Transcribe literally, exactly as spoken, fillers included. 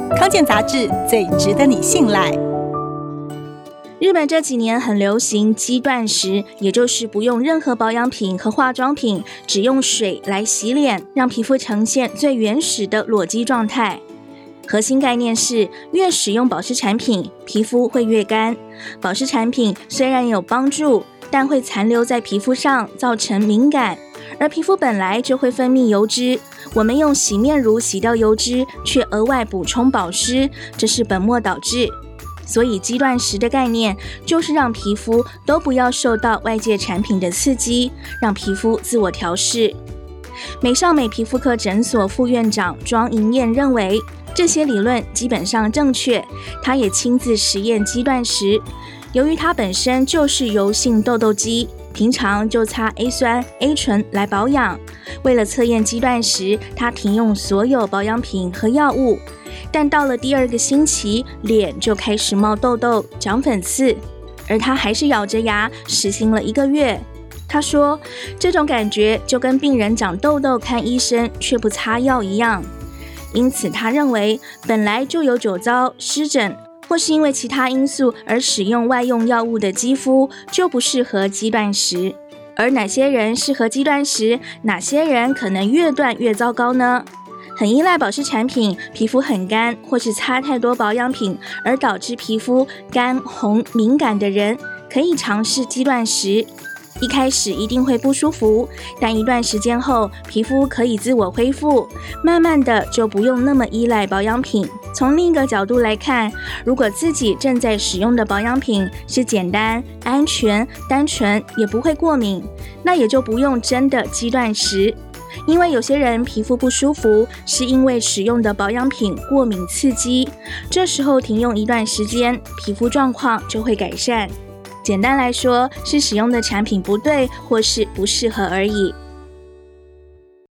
康健杂志最值得你信赖。 日本这几年很流行肌断食，也就是不用任何保养品和化妆品，只用水来洗脸，让皮肤呈现最原始的裸肌状态。核心概念是，越使用保湿产品，皮肤会越干。保湿产品虽然有帮助，但会残留在皮肤上，造成敏感。而皮肤本来就会分泌油脂，我们用洗面乳洗掉油脂，却额外补充保湿，这是本末倒置。所以肌断食的概念就是让皮肤都不要受到外界产品的刺激，让皮肤自我调试。美少美皮肤科诊所副院长庄银燕认为，这些理论基本上正确，她也亲自实验肌断食。由于她本身就是油性痘痘肌，平常就擦 A 酸、A 醇来保养。为了测验肌断食，她停用所有保养品和药物。但到了第二个星期，脸就开始冒痘痘、长粉刺，而她还是咬着牙实行了一个月。她说，这种感觉就跟病人长痘痘看医生却不擦药一样。因此她认为，本来就有酒糟、湿疹或是因为其他因素而使用外用药物的肌肤就不适合肌断食。而哪些人适合肌断食，哪些人可能越断越糟糕呢？很依赖保湿产品，皮肤很干，或是擦太多保养品而导致皮肤干、红、敏感的人，可以尝试肌断食。一开始一定会不舒服，但一段时间后，皮肤可以自我恢复，慢慢的就不用那么依赖保养品。从另一个角度来看，如果自己正在使用的保养品是简单、安全、单纯，也不会过敏，那也就不用真的肌断食。因为有些人皮肤不舒服，是因为使用的保养品过敏刺激，这时候停用一段时间，皮肤状况就会改善。简单来说，是使用的产品不对，或是不适合而已。